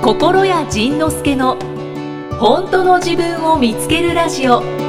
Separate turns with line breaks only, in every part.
心谷仁之助の本当の自分を見つけるラジオ。
じゃあ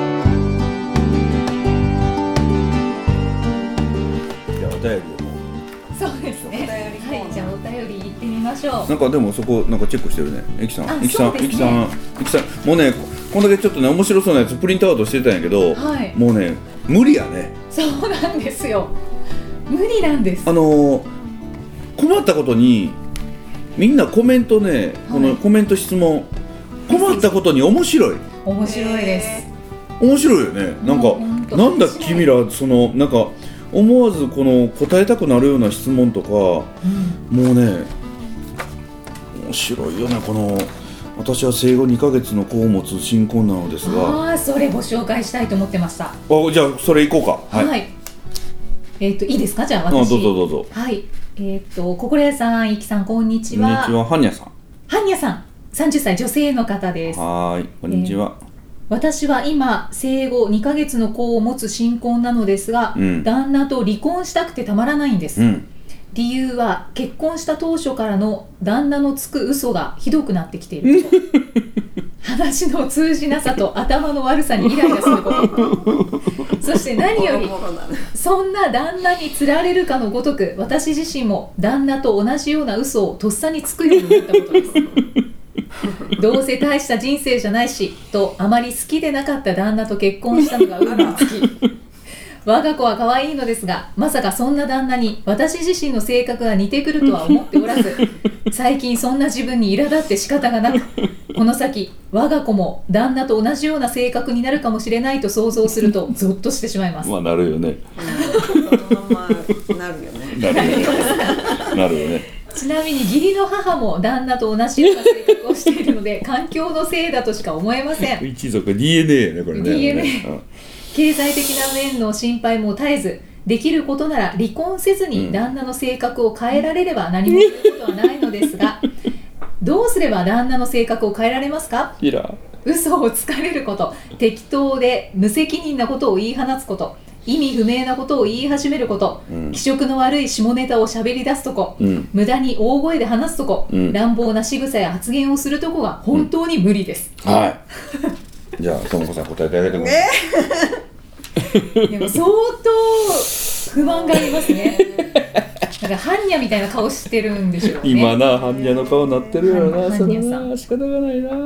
お便りを
そうですね。はい、じゃあお便り行ってみましょう。
なんかでもそこなんかチェックしてるね。エキさん、エキさん、
そうですね。
エキさん、エキさん、もうねこんだけちょっとね面白そうなやつプリントアウトしてたんやけど、
はい、
もうね無理やね。
そうなんですよ。無理なんです。
困ったことにみんなコメントね、はい、このコメント質問困ったことに面白い。
面白いです。
面白いよね。なんかなんだ君らそのなんか思わずこの答えたくなるような質問とか、もうね面白いよね。この私は生後2ヶ月の子を持つ新婚なのですが、
それご紹介したいと思ってました。
じゃあそれいこうか。はい、
はい、いいですか。じゃあ私、
どうぞどうぞ。
はい、心谷さん、いきさん、こんにちは。
こんにちは。はんにゃさん。
はんにゃさん、30歳女性の方です。
はい、こんにちは。
私は今生後2ヶ月の子を持つ新婚なのですが、旦那と離婚したくてたまらないんです、理由は結婚した当初からの旦那のつく嘘がひどくなってきていること話の通じなさと頭の悪さにイライラすることそして何よりそんな旦那につられるかのごとく私自身も旦那と同じような嘘をとっさにつくようになったことですどうせ大した人生じゃないしとあまり好きでなかった旦那と結婚したのが運につき我が子は可愛いのですが、まさかそんな旦那に私自身の性格が似てくるとは思っておらず最近そんな自分に苛立って仕方がなく、この先我が子も旦那と同じような性格になるかもしれないと想像するとゾッとしてしまいます。
まあなるよね。
そのままなるよね。
なるよね。
ちなみに義理の母も旦那と同じような性格をしているので環境のせいだとしか思えません。
一族 DNA やねこれね。
DNA、経済的な面の心配も絶えず、できることなら離婚せずに旦那の性格を変えられれば何もすることはないのですがどうすれば旦那の性格を変えられますか。嘘をつかれること、適当で無責任なことを言い放つこと、意味不明なことを言い始めること、気色の悪い下ネタを喋り出すとこ、無駄に大声で話すとこ、乱暴な仕草や発言をするとこが本当に無理です、
はいじゃあともこさん答えてあげてください。
でも相当不満がありますねなんかハンニャみたいな顔してるんでしょうね。
今なハンニャの顔なってるよな、
それは
仕方がないな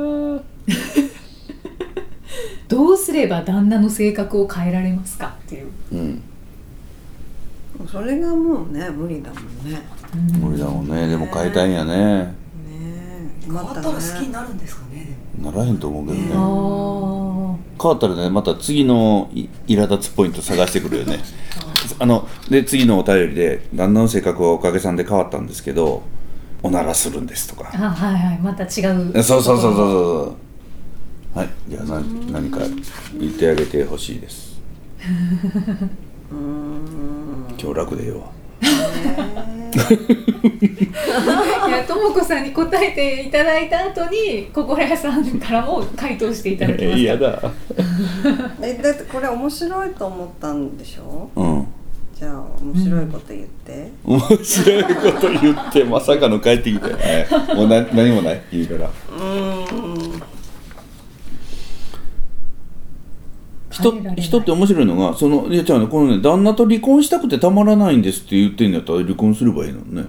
どうすれば旦那の性格を変えられますかっていう、
それがもうね無理だもんね、
無理だもんね。でも変えたいんやね。
変わったら好きになるんですかね。
ならへんと思うけどね。変わったらねまた次の苛立つポイント探してくるよねで次のお便りで旦那の性格はおかげさんで変わったんですけどおならするんですとか、
はいはい、また違う。
そうはい、じゃあ何か言ってあげてほしいです今日楽でよ
いや、ともこさんに答えていただいた後に心谷さんからも回答していただきますか。
嫌だ
だってこれ面白いと思ったんでしょ。じゃあ面白いこと言って、
面白いこと言ってまさかの帰ってきたよねもう何もない言うから人って面白いのがいや違うね、このね旦那と離婚したくてたまらないんですって言ってんのやったら離婚すればいいのね。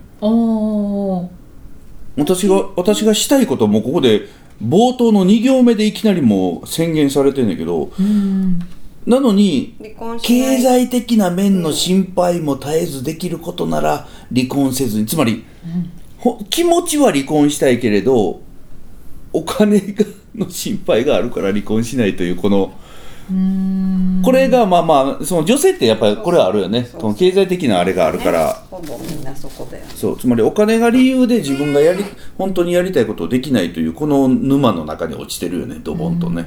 私がしたいこともここで冒頭の2行目でいきなりもう宣言されてんだけど、なのに経済的な面の心配も絶えずできることなら離婚せずに、つまり、気持ちは離婚したいけれどお金の心配があるから離婚しないというこれがその女性ってやっぱりこれはあるよね。その経済的なあれがあるから、
ほぼみんなそこだよね。
そう、つまりお金が理由で自分が本当にやりたいことをできないというこの沼の中に落ちてるよね、ドボンとね。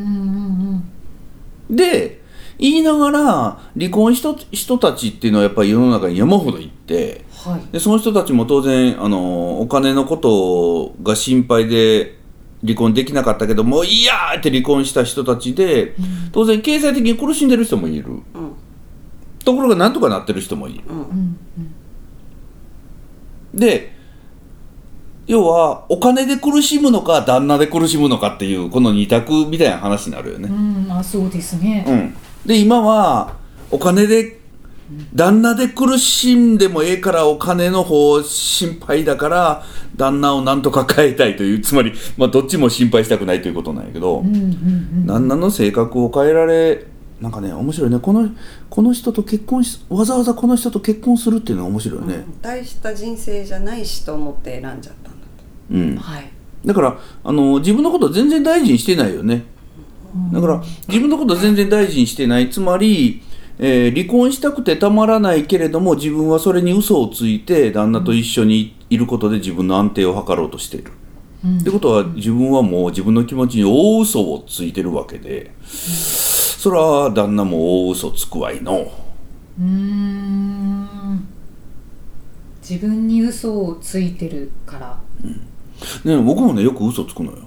で言いながら離婚した人たちっていうのはやっぱり世の中に山ほどいて、でその人たちも当然お金のことが心配で離婚できなかったけどもういいやーって離婚した人たちで、当然経済的に苦しんでる人もいる、ところがなんとかなってる人もいる、で要はお金で苦しむのか旦那で苦しむのかっていうこの二択みたいな話になるよね。
そうですね。
で今はお金で旦那で苦しんでもええからお金の方心配だから旦那をなんとか変えたいという、つまり、どっちも心配したくないということなんやけど、旦那の性格を変えられ、なんかね面白いね、この人と結婚わざわざこの人と結婚するっていうのが面白いね。
大した人生じゃないしと思って選んじゃったんだと。
だから自分のこと全然大事にしてないよね。だから自分のこと全然大事にしてない、つまり離婚したくてたまらないけれども自分はそれに嘘をついて旦那と一緒にいることで自分の安定を図ろうとしている、ってことは自分はもう自分の気持ちに大嘘をついてるわけで、それは旦那も大嘘つくわいの。
自分に嘘をついてるから、
僕もねよく嘘つくのよ。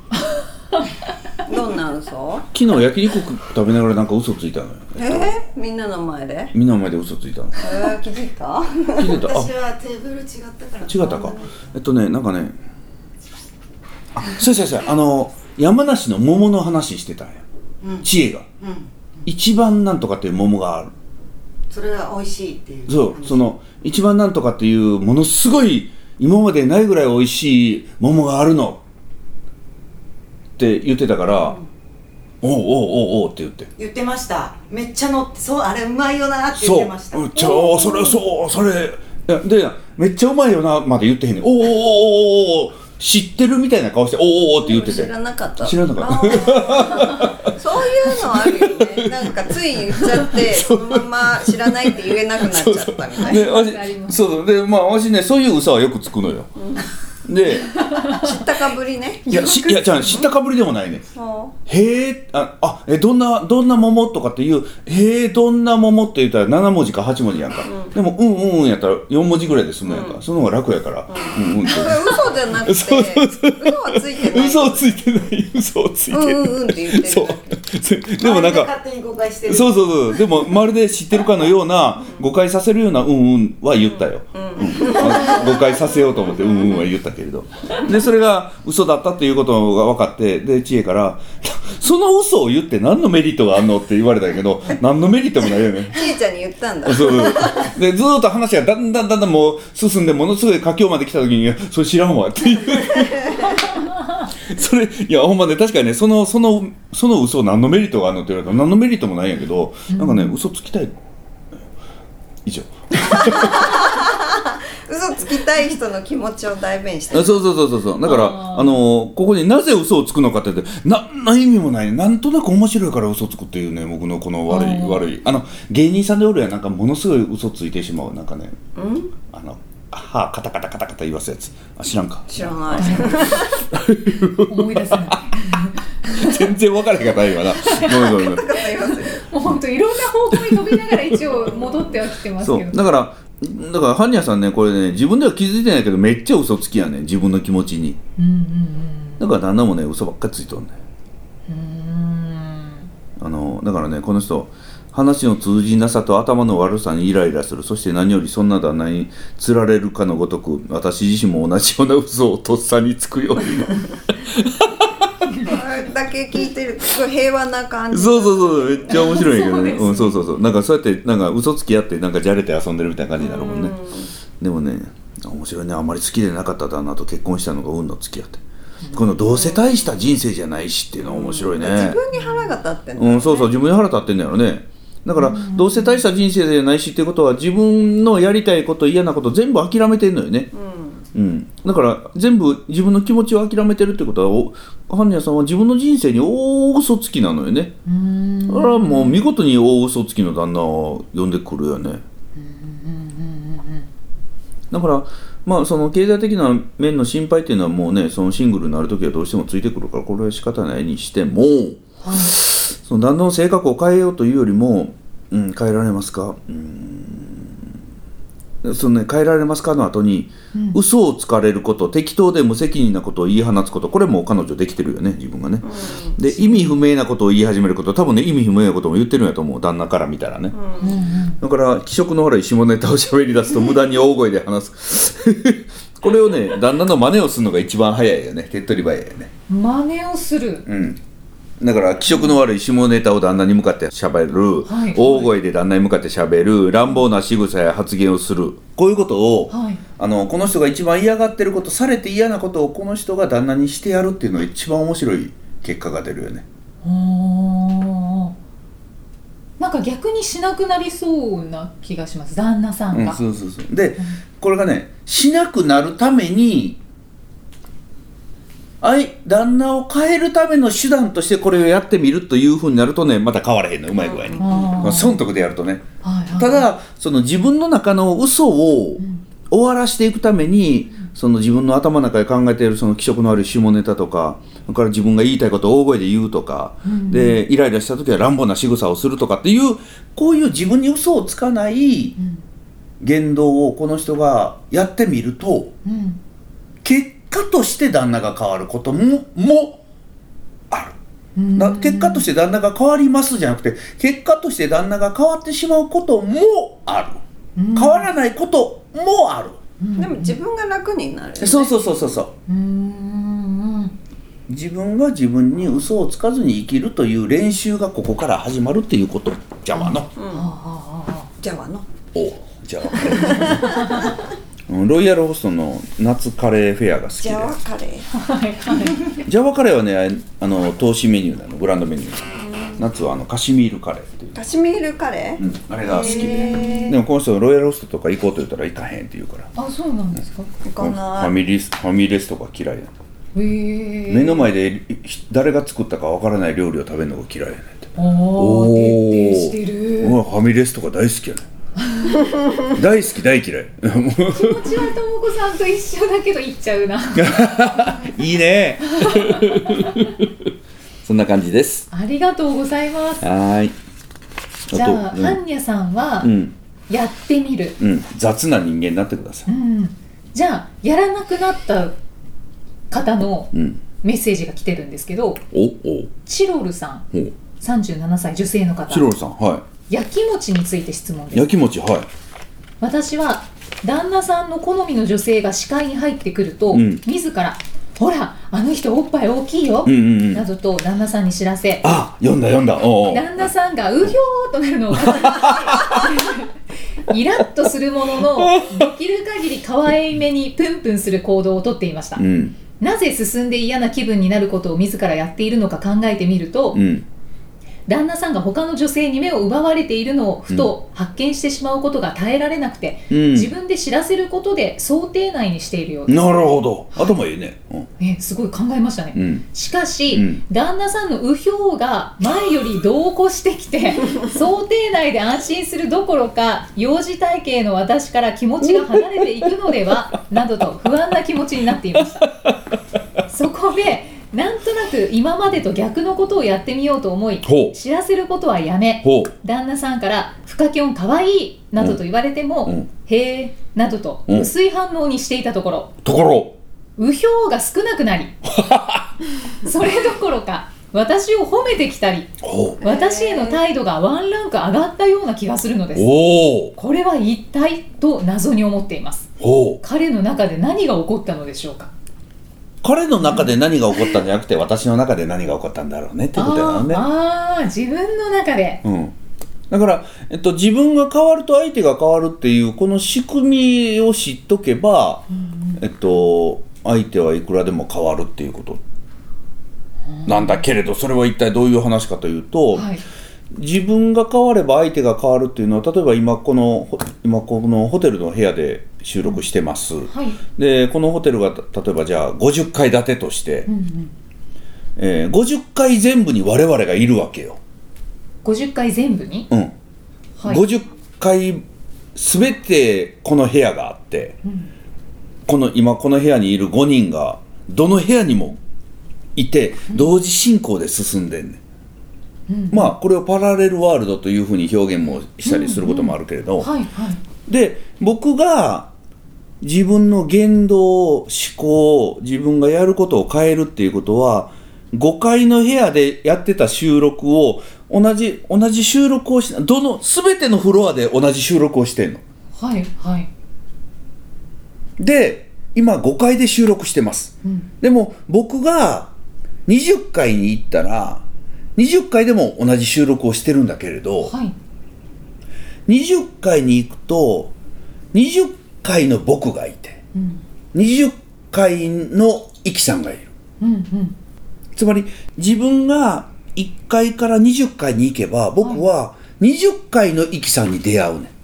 どんな嘘？
昨日焼肉食べながらなんか嘘ついたのよ。
みんなの前で？
みんなの前で嘘ついたの。
気づいた？
気づいた。
私はテーブル違ったから。
違ったか。なんかね、そう山梨の桃の話してたんや。知恵が、一番なんとかっていう桃がある。
それが美味しいっていう。
そう、その一番なんとかっていうものすごい今までないぐらい美味しい桃があるのって言ってたから、おうって
言ってました。めっちゃ乗って、そうあれうまいよなって言ってました。
それでめっちゃうまいよなまで言ってへんねん。お知ってるみたいな顔しておって言ってて。
知らなかった。
そういうの
あるよね。なんかつい言っちゃってそのまま知らないって言えなくなっちゃったみたいな。
わしねそういう嘘はよくつくのよ。で
知ったかぶりね。
いや知ったかぶりでもないね。へえ、どんな桃とかっていう、どんな桃って言ったら7文字か8文字やんか。でもやったら4文字ぐらいで済むやんか。その方が楽やから。
嘘じゃなくて、嘘はついてない。
嘘をついてない。嘘をついてない。
って言ってる。
そう。でもなんか
勝手に誤解してる。
そうでもまるで知ってるかのような誤解させるようなは言ったよ。誤解させようと思っては言ったけれど、でそれが嘘だったっていうことが分かって、で知恵からその嘘を言って何のメリットがあんのって言われたけど、何のメリットもないよね。
ちえちゃんに言ったんだ。
そうでずーっと話がだんだんもう進んで、ものすごい佳境まで来た時にそれ知らんわっていうそれいやほんまね、確かにね、その嘘何のメリットがあるのって言われたら何のメリットもないんやけど、なんかね嘘つきたい。以上
嘘つきたい人の気持ちを代弁してる。
そうだからここになぜ嘘をつくのかって言って何の意味もない、なんとなく面白いから嘘つくっていうね、僕のこの悪い芸人さんでおるやん、なんかものすごい嘘ついてしまう、なんかねカタカタ言わすやつ、知らんか？
知らない。
思い出せない。
全然分からへんかった今な。
もう本当いろんな方向に飛びながら一応戻ってはきてますけど。
だからハンニャさんね、これね自分では気づいてないけどめっちゃ嘘つきやねん、自分の気持ちに。だから旦那もね嘘ばっかりついとんねん。だからねこの人、話の通じなさと頭の悪さにイライラする。そして何よりそんな旦那に釣られるかのごとく、私自身も同じような嘘をとっさにつくようにな
だけ聞いてるとすごい平和な感じ。
そうめっちゃ面白いけどね。そうなんかそうやってなんか嘘つき合ってなんかじゃれて遊んでるみたいな感じになるもんね。でもね面白いね、あんまり好きでなかった旦那と結婚したのが運の付き合って、このどうせ大した人生じゃないしっていうのは面白いね。
自分に腹が立ってんだよね。
そう自分に腹立ってんだよね。だからどうせ大した人生じゃないしっていうことは、自分のやりたいこと嫌なこと全部諦めてんのよね。だから全部自分の気持ちを諦めてるってことは、ハンニャさんは自分の人生に大嘘つきなのよね。だからもう見事に大嘘つきの旦那を呼んでくるよね。だからその経済的な面の心配っていうのはもうね、そのシングルになるときはどうしてもついてくるから、これは仕方ないにしても、その旦那の性格を変えようというよりも、変えられますか、変えられますかの後に、嘘をつかれること、適当で無責任なことを言い放つこと、これも彼女できてるよね、自分がね。で意味不明なことを言い始めること、多分ね意味不明なことも言ってるんやと思う、旦那から見たらね。だから気色の悪い下ネタを喋り出すと無駄に大声で話すこれをね旦那の真似をするのが一番早いよね。手っ取り早いよね。
真似をする。
だから気色の悪い下ネタを旦那に向かって喋る、大声で旦那に向かって喋る、乱暴な仕草や発言をする、こういうことを、この人が一番嫌がってること、されて嫌なことをこの人が旦那にしてやるっていうのが一番面白い結果が出るよね。
なんか逆にしなくなりそうな気がします、旦那さんが。
そうで、これがねしなくなるために旦那を変えるための手段としてこれをやってみるというふうになるとね、また変わらへんの、うまい具合に損得でやるとね、ただその自分の中の嘘を終わらしていくために、その自分の頭の中で考えているその気色の悪い下ネタとか、それから自分が言いたいことを大声で言うとか、でイライラした時は乱暴な仕草をするとかっていう、こういう自分に嘘をつかない言動をこの人がやってみると、結果として旦那が変わることもある。結果として旦那が変わりますじゃなくて、結果として旦那が変わってしまうこともある。変わらないこともある。
でも自分が楽になるよね。
そう自分が自分に嘘をつかずに生きるという練習がここから始まるっていうことじゃわの。
じゃわの。
じゃわロイヤルホストの夏カレーフェアが好きで、
ジャワカレー
ジャワカレーはね投資メニューなの、ブランドメニュー。夏はカシミールカレーっていう、
カシミールカレー、
あれが好きで、でもこの人ロイヤルホストとか行こうと言ったら行かへんって言うから。
あ、そうなんですか。
行かない。
ファミレスとか嫌いやん。目の前で誰が作ったかわからない料理を食べるのが嫌いやねんって。
徹底してる。
ファミレスとか大好きやねん大好き大嫌い
気持ちはともこさんと一緒だけど行っちゃうな。
いいねそんな感じです。
ありがとうございます。
はい。
じゃあ、ハンニャさんは、やってみる、
雑な人間になってください。
じゃあやらなくなった方のメッセージが来てるんですけど、チロルさん、37歳女性の方。
チロルさん、
焼き餅について質問です。
焼き餅、
私は旦那さんの好みの女性が視界に入ってくると、自らほらあの人おっぱい大きいよ、などと旦那さんに知らせ、
読んだ
旦那さんがうひょーとなるのをイラッとするものの、できる限り可愛めにプンプンする行動をとっていました。なぜ進んで嫌な気分になることを自らやっているのか考えてみると、旦那さんが他の女性に目を奪われているのをふと発見してしまうことが耐えられなくて、自分で知らせることで想定内にしているようです。
なるほど、頭いいね。
すごい考えましたね。しかし、旦那さんのうひょうが前より度を越してきて想定内で安心するどころか、幼児体型の私から気持ちが離れていくのではなどと不安な気持ちになっていました。そこでなんとなく今までと逆のことをやってみようと思い、知らせることはやめ、旦那さんからフカキョンかわいいなどと言われても、へーなどと薄い反応にしていたところ、うひょうが少なくなりそれどころか私を褒めてきたり、私への態度がワンランク上がったような気がするのです。これは一体と謎に思っています。彼の中で何が起こったのでしょうか。
彼の中で何が起こったんじゃなくて、私の中で何が起こったんだろうねってことだよね。
自分の中で、
だから、自分が変わると相手が変わるっていうこの仕組みを知っとけば、相手はいくらでも変わるっていうことなんだけれど、それは一体どういう話かというと、自分が変われば相手が変わるっていうのは、例えば今このホテルの部屋で収録してます、でこのホテルが例えばじゃあ50階建てとして、50階全部に我々がいるわけよ。
50階全部に、
50階全てこの部屋があって、今この部屋にいる5人がどの部屋にもいて、同時進行で進んでんねん。これをパラレルワールドというふうに表現もしたりすることもあるけれど、で僕が自分の言動思考、自分がやることを変えるっていうことは、5階の部屋でやってた収録を同じ収録をし、全てのフロアで同じ収録をしてんの。で今5回で収録してます、でも僕が20回に行ったら20回でも同じ収録をしてるんだけれど、20回に行くと20回の僕がいて、20回のイキさんがいる、つまり自分が1回から20回に行けば僕は20回のイキさんに出会うね、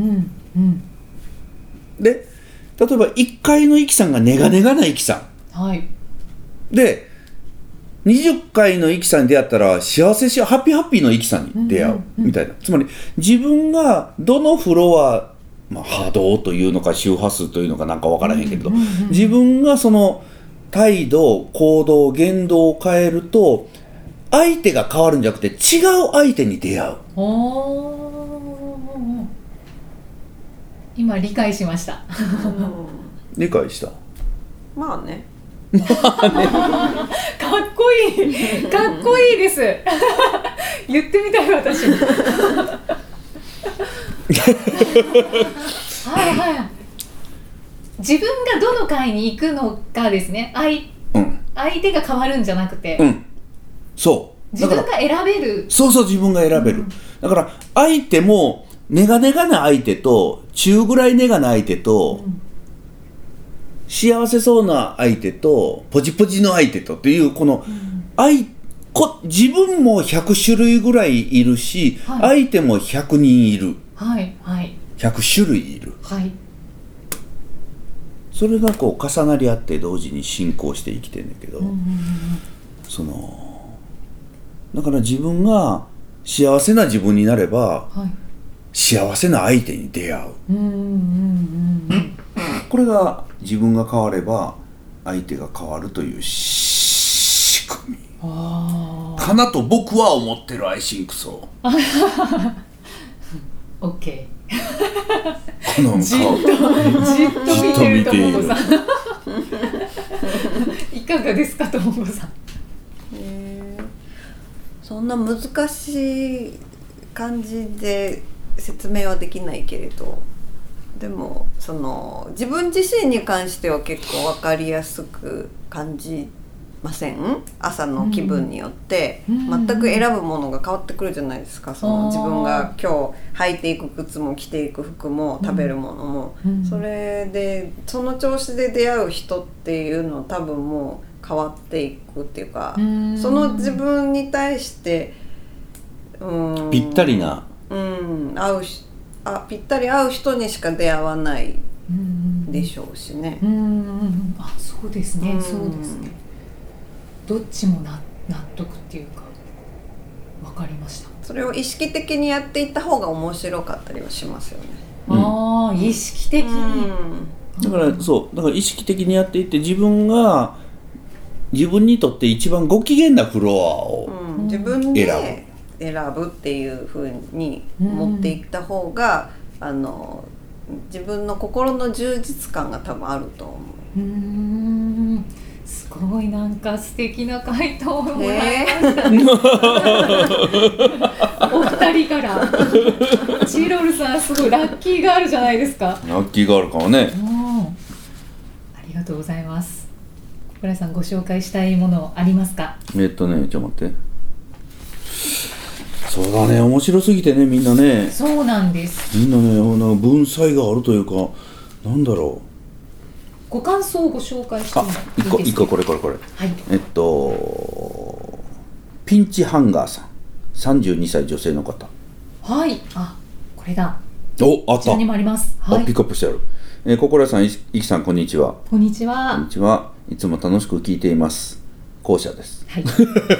で例えば1回のイキさんがネガネガなイキさん、で20回のイキさんに出会ったら幸せしハッピーのイキさんに出会うみたいな、つまり自分がどのフロア、波動というのか周波数というのかなんか分からへんけれど、自分がその態度行動言動を変えると相手が変わるんじゃなくて違う相手に出会う。
今理解しました
理解した。
まあね
かっこいいかっこいいです言ってみたい私自分がどの会に行くのかですね、相手が変わるんじゃなくて、そう
自
分が選べる。
そう自分が選べる、だから相手もネガネガな相手と中ぐらいネガな相手と、幸せそうな相手とポジポジの相手とっていうこの、自分も100種類ぐらいいるし、相手も100人いる、100種類いる、それがこう重なり合って同時に進行して生きてるんだけど、だから自分が幸せな自分になれば、幸せな相手に出会う、これが自分が変われば相手が変わるという仕組みかなと僕は思ってる。アイシンクソー
OK
この顔
じっと見てるともこさんいかがですかともこさん。
そんな難しい感じで説明はできないけれど、でもその自分自身に関しては結構分かりやすく感じません？朝の気分によって全く選ぶものが変わってくるじゃないですか。その自分が今日履いていく靴も着ていく服も食べるものも、それでその調子で出会う人っていうのは多分もう変わっていくっていうか、その自分に対して
ぴったりな、
ぴったり合う人にしか出会わないでしょうしね。
そうですね、そうですね。どっちも納得っていうか分かりました。
それを意識的にやっていった方が面白かったりはしますよね。
意識的に、
だから意識的にやっていって自分にとって一番ご機嫌なフロアを
自分で選ぶっていう風に持っていった方が、自分の心の充実感が多分あると思う。
すごいなんか素敵な回答をもらいました、お二人からチロルさんすごいラッキーがあるじゃないですか。
ラッキーがあるかもね。
ありがとうございます。小倉さんご紹介したいものありますか？
ちょっと待って。そうだね、面白すぎてね、みんなね。
そうなんです。
みんなね、文才があるというか、なんだろう。
ご感想をご紹介してもいいですか？
一個これ。ピンチハンガーさん、32歳女性の方。
これだ。
あった。
こちらにもあります。
ピックアップしてある。心屋さん、いきさん、こんにちは。
こんにちは。
こんにちは。いつも楽しく聞いています。後者です。
挨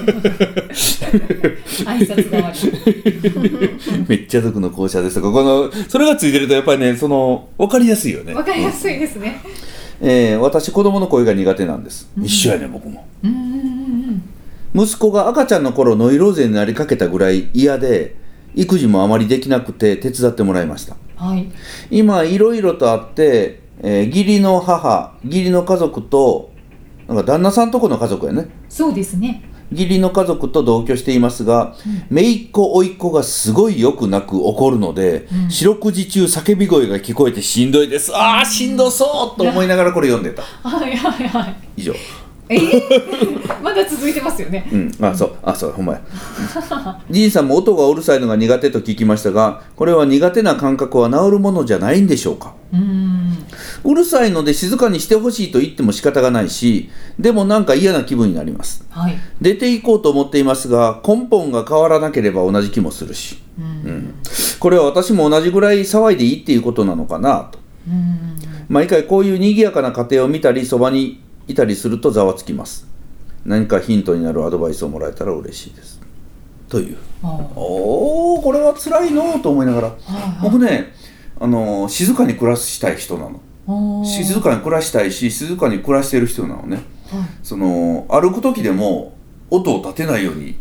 拶代わ
り。めっちゃ族の後者ですとか、それがついてるとやっぱりね、分かりやすいよね。
分かりやすいですね。
私子供の声が苦手なんです、一緒やね僕も。息子が赤ちゃんの頃ノイローゼになりかけたぐらい嫌で育児もあまりできなくて手伝ってもらいました。今いろいろとあって、義理の母義理の家族となんか旦那さんとこの家族やね。
そうですね。
義理の家族と同居していますが、姪っ子甥っ子がすごいよく泣く怒るので、四六時中叫び声が聞こえてしんどいです。ああしんどそうと思いながらこれ読んでた。
はいはいはい。
以上。
まだ続いてますよね。
そうほんまや。じいさんも音がうるさいのが苦手と聞きましたが、これは苦手な感覚は治るものじゃないんでしょうか。うるさいので静かにしてほしいと言っても仕方がないし、でもなんか嫌な気分になります、はい、出て行こうと思っていますが根本が変わらなければ同じ気もするし、これは私も同じぐらい騒いでいいっていうことなのかなと。毎回こういう賑やかな家庭を見たりそばにいたりするとざわつきます。何かヒントになるアドバイスをもらえたら嬉しいですという。これは辛いのと思いながら、僕ね静かに暮らしたい人なの。静かに暮らしたいし静かに暮らしてる人なのね、歩く時でも音を立てないように、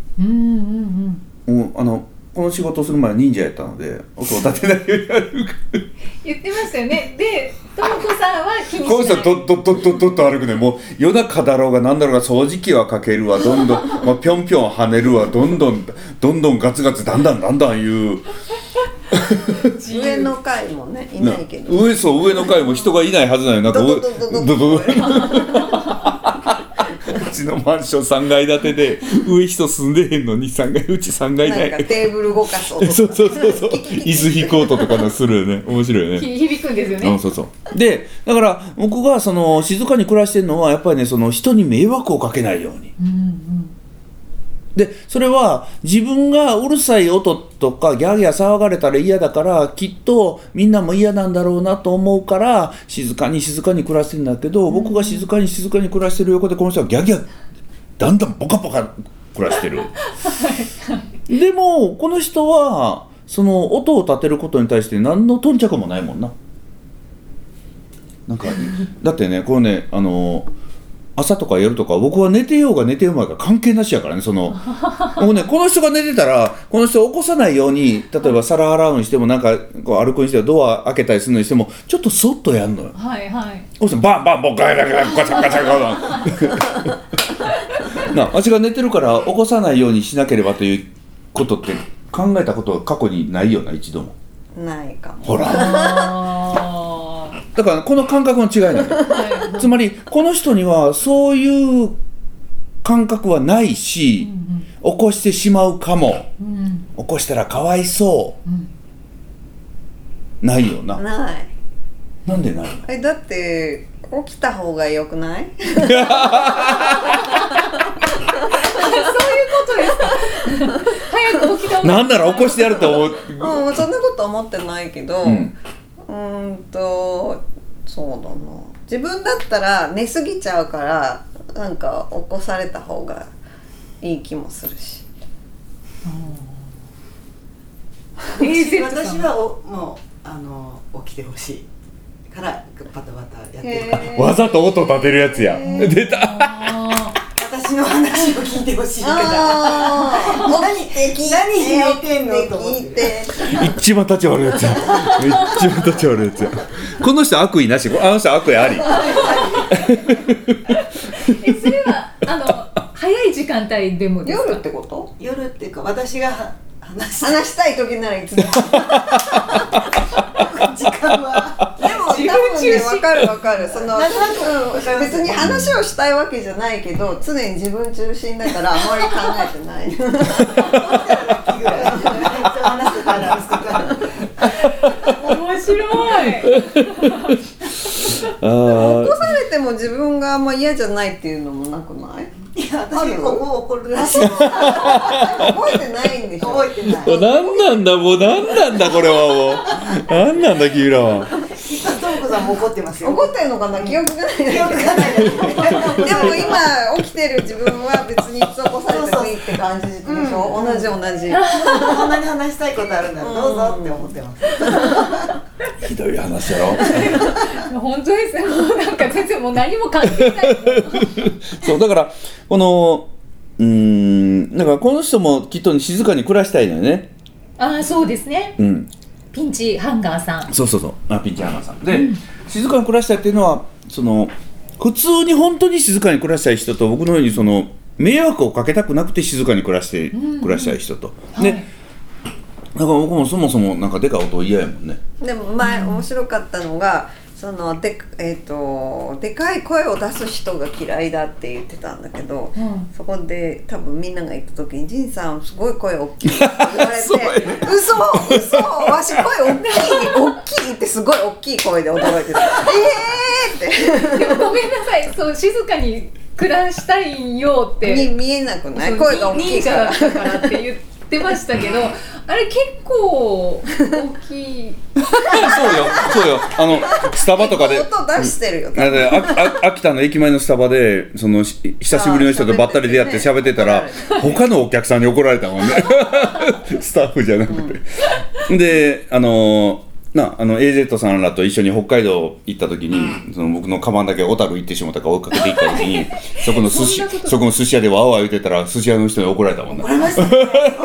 この仕事をする前は忍者やったので音を立てないように歩く
言ってましたよね。でともこさんは気にしない。
この人はドッと歩くね。もう夜中だろうが何だろうが掃除機はかけるわどんどんぴょんぴょん跳ねるわどんどんガツガツだんだん言う
上の階もねいないけど、
上の階も人がいないはずなの。なんかうちのマンション3階建てで上人住んでへんのに3階うち3階ない。
なんかテーブル動かす音とか
そう椅子引く音とかのするよね。面白いよね。
響くんですよね。
でだから僕が静かに暮らしてるのはやっぱりね人に迷惑をかけないように、でそれは自分がうるさい音とかギャーギャー騒がれたら嫌だからきっとみんなも嫌なんだろうなと思うから静かに暮らしてるんだけど、僕が静かに暮らしてる横でこの人はギャーギャーだんだんポカポカ暮らしてるでもこの人はその音を立てることに対して何の頓着もないもんな。なんかだってねこれね朝とか夜とか僕は寝てようが寝てようまいが関係なしやからね。もうねこの人が寝てたらこの人を起こさないように、例えば皿洗うにしてもなんかこう歩くにしてもドア開けたりするのにしてもちょっとそっとやんのよ。
はいはい。
この人バンバンボンガラガラガチャガチャガチャな私が寝てるから起こさないようにしなければということって考えたことは過去にないよな一度も。
ないかも。
ほらだからこの感覚の違いなんだよつまりこの人にはそういう感覚はないし、起こしてしまうかも、起こしたらかわいそう、ないよな。
ない。
なんでないの？
だって起きた方がよくない？
そういうことですか？早く起きた方が。
なんなら起こしてやると思う。
そんなこと思ってないけど、そうだな。自分だったら寝すぎちゃうからなんか起こされた方がいい気もするし。
私はもう起きてほしいからバタバタやってるから。
わざと音立てるやつや。出た。
私の話を聞いてほしいから。何言ってんのと思って。
一番立ち悪いやつや。一番立ち悪いやつや。この人悪意なし、あの人悪意あり。
それは早い時間帯でもですか？
夜ってこと？
夜っていうか私が話
したい時ならいつでも。
時間は。
でも多分ね分かる。別に話をしたいわけじゃないけど常に自分中心だからあまり考えてない。
面白い。
起こされても自分があんま嫌じゃないっていうのもなくない？
いや私ここ怒るらしい。
覚えてないんでしょ？
覚えてない。
何なんだもう何なんだこれはもう何なんだ君らは。
ともこさんも怒ってますよ。
怒ってるのかな？記憶がない。でも今起きてる自分は別に起こされてもいいって感じでしょ？同じ。
こんなに話したいことあるならどうぞって思ってます。
ひどい話やろ。
本当ですよ。もうなんか全然もう何も関係ない。
そうだからこのだからこの人もきっと静かに暮らしたいのよね。
そうですね。ピンチハンガーさん。
そうピンチハンガーさんで、静かに暮らしたいっていうのは普通に本当に静かに暮らしたい人と僕のように迷惑をかけたくなくて静かに暮らしたい人と、で、だから僕もそもそもなんかでかい音嫌やもんね。
でも前面白かったのがそのでかい声を出す人が嫌いだって言ってたんだけど、そこで多分みんなが行った時に「仁さんすごい声大きい」って言われて「嘘わし声大きい」ってすごい大きい声で驚いてたって
でもごめんなさい、そう静かに暮らしたいんよって
に見えなくない？声が大きいから
忍者だったからって言ってましたけどあれ結構大きい
そうよスタバとかで
音出してるよ。
秋田の駅前のスタバでその久しぶりの人とばったり出会って喋ってたら他のお客さんに怒られたもんねスタッフじゃなくて、でAZ さんらと一緒に北海道行った時に、その僕のカバンだけ小樽行ってしまったから追いかけて行った時にそこの寿司屋でワーワー言ってたら寿司屋の人に怒られたもんね。怒られましたね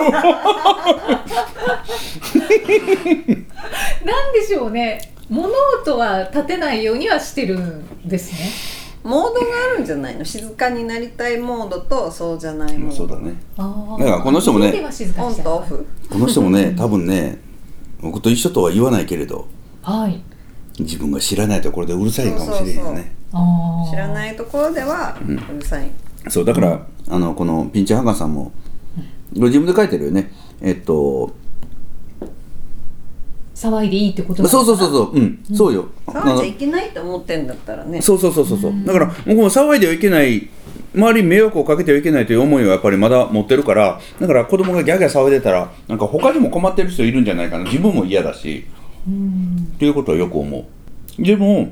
なんでしょうね、物音は立てないようにはしてるんですね。
モードがあるんじゃないの？静かになりたいモードとそうじゃないモード。
そうだね。だからこの人もね
オンとオフ。
この人もね多分ね僕と一緒とは言わないけれど、
はい、
自分が知らないところでうるさいかもしれへんよね。
知らないところではうるさい、
そうだからこのピンチハンガーさんも自分で書いてるよね。
騒いでいいってこと
そうそうよ。
騒いじゃいけないと思ってんだったらね。
そうだから僕も騒いではいけない、周りに迷惑をかけてはいけないという思いはやっぱりまだ持ってるから、だから子供がギャーギャー騒いでたらなんか他にも困ってる人いるんじゃないかな、自分も嫌だしっていうことはよく思う。でも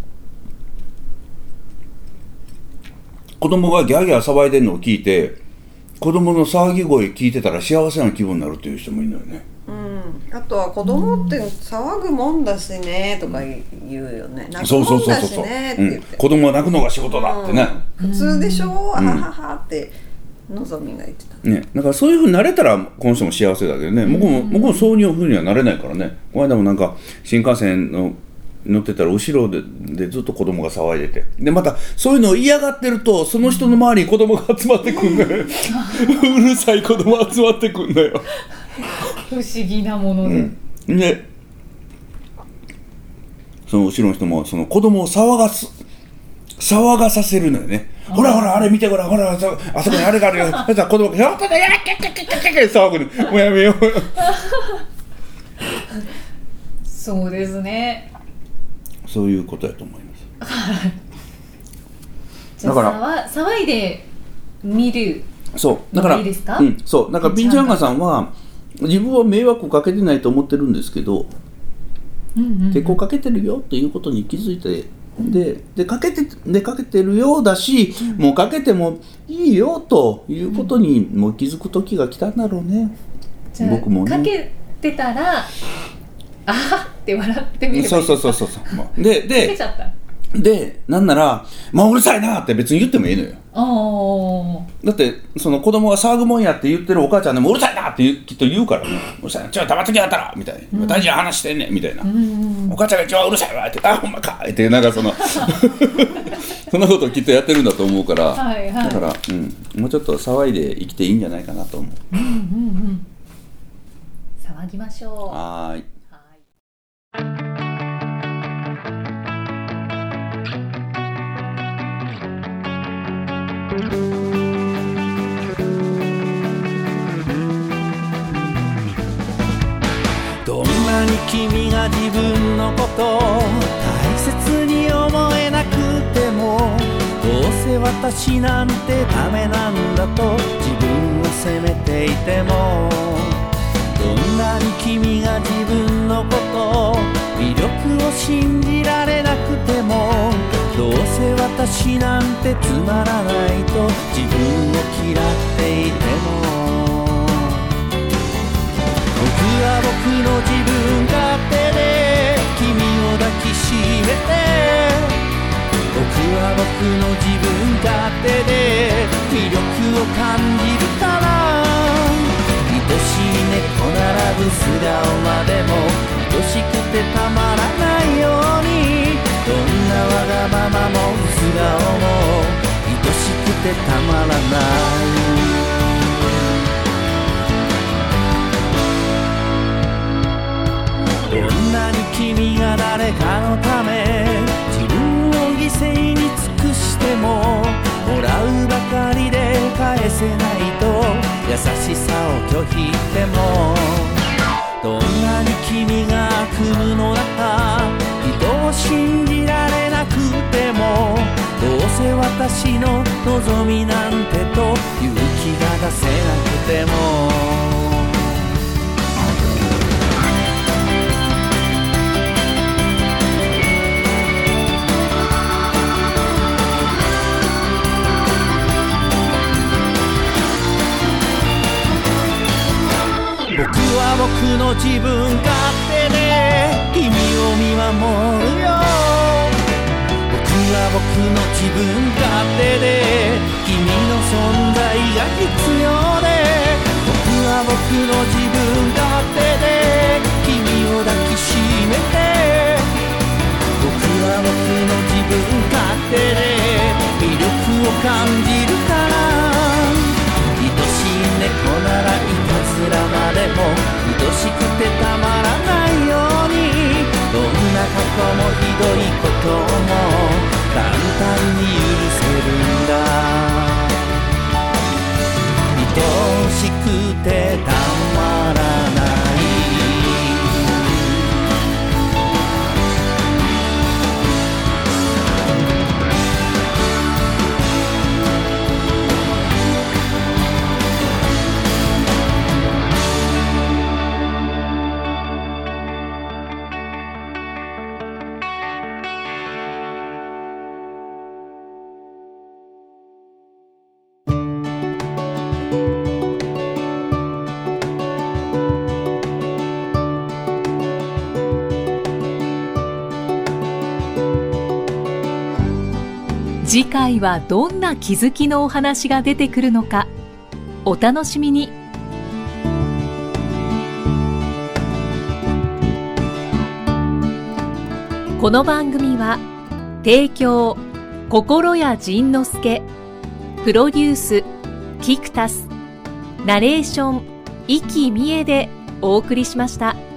子供がギャーギャー騒いでるのを聞いて子供の騒ぎ声聞いてたら幸せな気分になるっていう人もいるのよね。
あとは子供って騒ぐもんだしねとか言うよね。泣くもんだしねって言って、
子供は泣くのが仕事だってね、
普通でしょ、あはははってのぞみが言ってた
ね。だからそういうふうになれたらこの人も幸せだけどね、僕もそういうふうにはなれないからね。この間もなんか新幹線の乗ってたら後ろでずっと子供が騒いでて、でまたそういうのを嫌がってるとその人の周りに子供が集まってくんだようるさい子供集まってくんだよ
不思議なもので、
でその後ろの人もその子供を騒がさせるのよね。ほらあれ見て、ほらあそこにあれがあるよそしたら子供がやったやけ騒ぐの、もうやめよう
そうですね、
そういうことやと思います
じゃあだから騒いで見る。
そうだから
いいですか？
そうなんかピンチハンガーさんは自分は迷惑をかけてないと思ってるんですけど、結構かけてるよっていうことに気づいて、でかけてるようだし、もうかけてもいいよということにもう気づく時が来たんだろうね。
じゃあ僕もねかけてたらあはって笑ってみればいい。
そうで
かけちゃった
でなんならまあうるさいなって別に言ってもいいのよ。だってその子供が騒ぐもんやって言ってるお母ちゃんでもうるさいなってきっと言うからね。うるさいな、ちょっと黙っときやったらみたいな、大事な話してんねんみたいな、お母ちゃんが一番うるさいわって、あほんまかってなんかそんなことをきっとやってるんだと思うから、だから、もうちょっと騒いで生きていいんじゃないかなと思う。
騒ぎましょう。
はい。
どんなに君が自分のことを大切に思えなくても、どうせ私なんてダメなんだと自分を責めていても、どんなに君が自分のことを魅力を信じられなくても、どうせ私なんてつまらないと自分を嫌っていても、僕は僕の自分勝手で君を抱きしめて、僕は僕の自分勝手で魅力を感じるから、愛しい猫ならぶ素顔までも愛しくてたまらないように、どんなわがままも素顔も愛しくてたまらない。どんなに君が誰かのため自分を犠牲に尽くしてももらうばかりで返せないと優しさを拒否してもどんなに君が悪夢の中人を信じられなくてもどうせ私の望みなんてと勇気が出せなくても僕は僕の自分勝手で君を見守るよ。僕は僕の自分勝手で君の存在が必要で僕は僕の自分勝手で君を抱きしめて僕は僕の自分勝手で魅力を感じるから愛しい猫ならいたずらまでも愛しくてたまらないようにどんな過去もひどいことも簡単に許せるんだ愛しくてたまらない
次回はどんな気づきのお話が出てくるのかお楽しみに。この番組は提供心谷仁之助、プロデュースキクタス、ナレーション生きみえでお送りしました。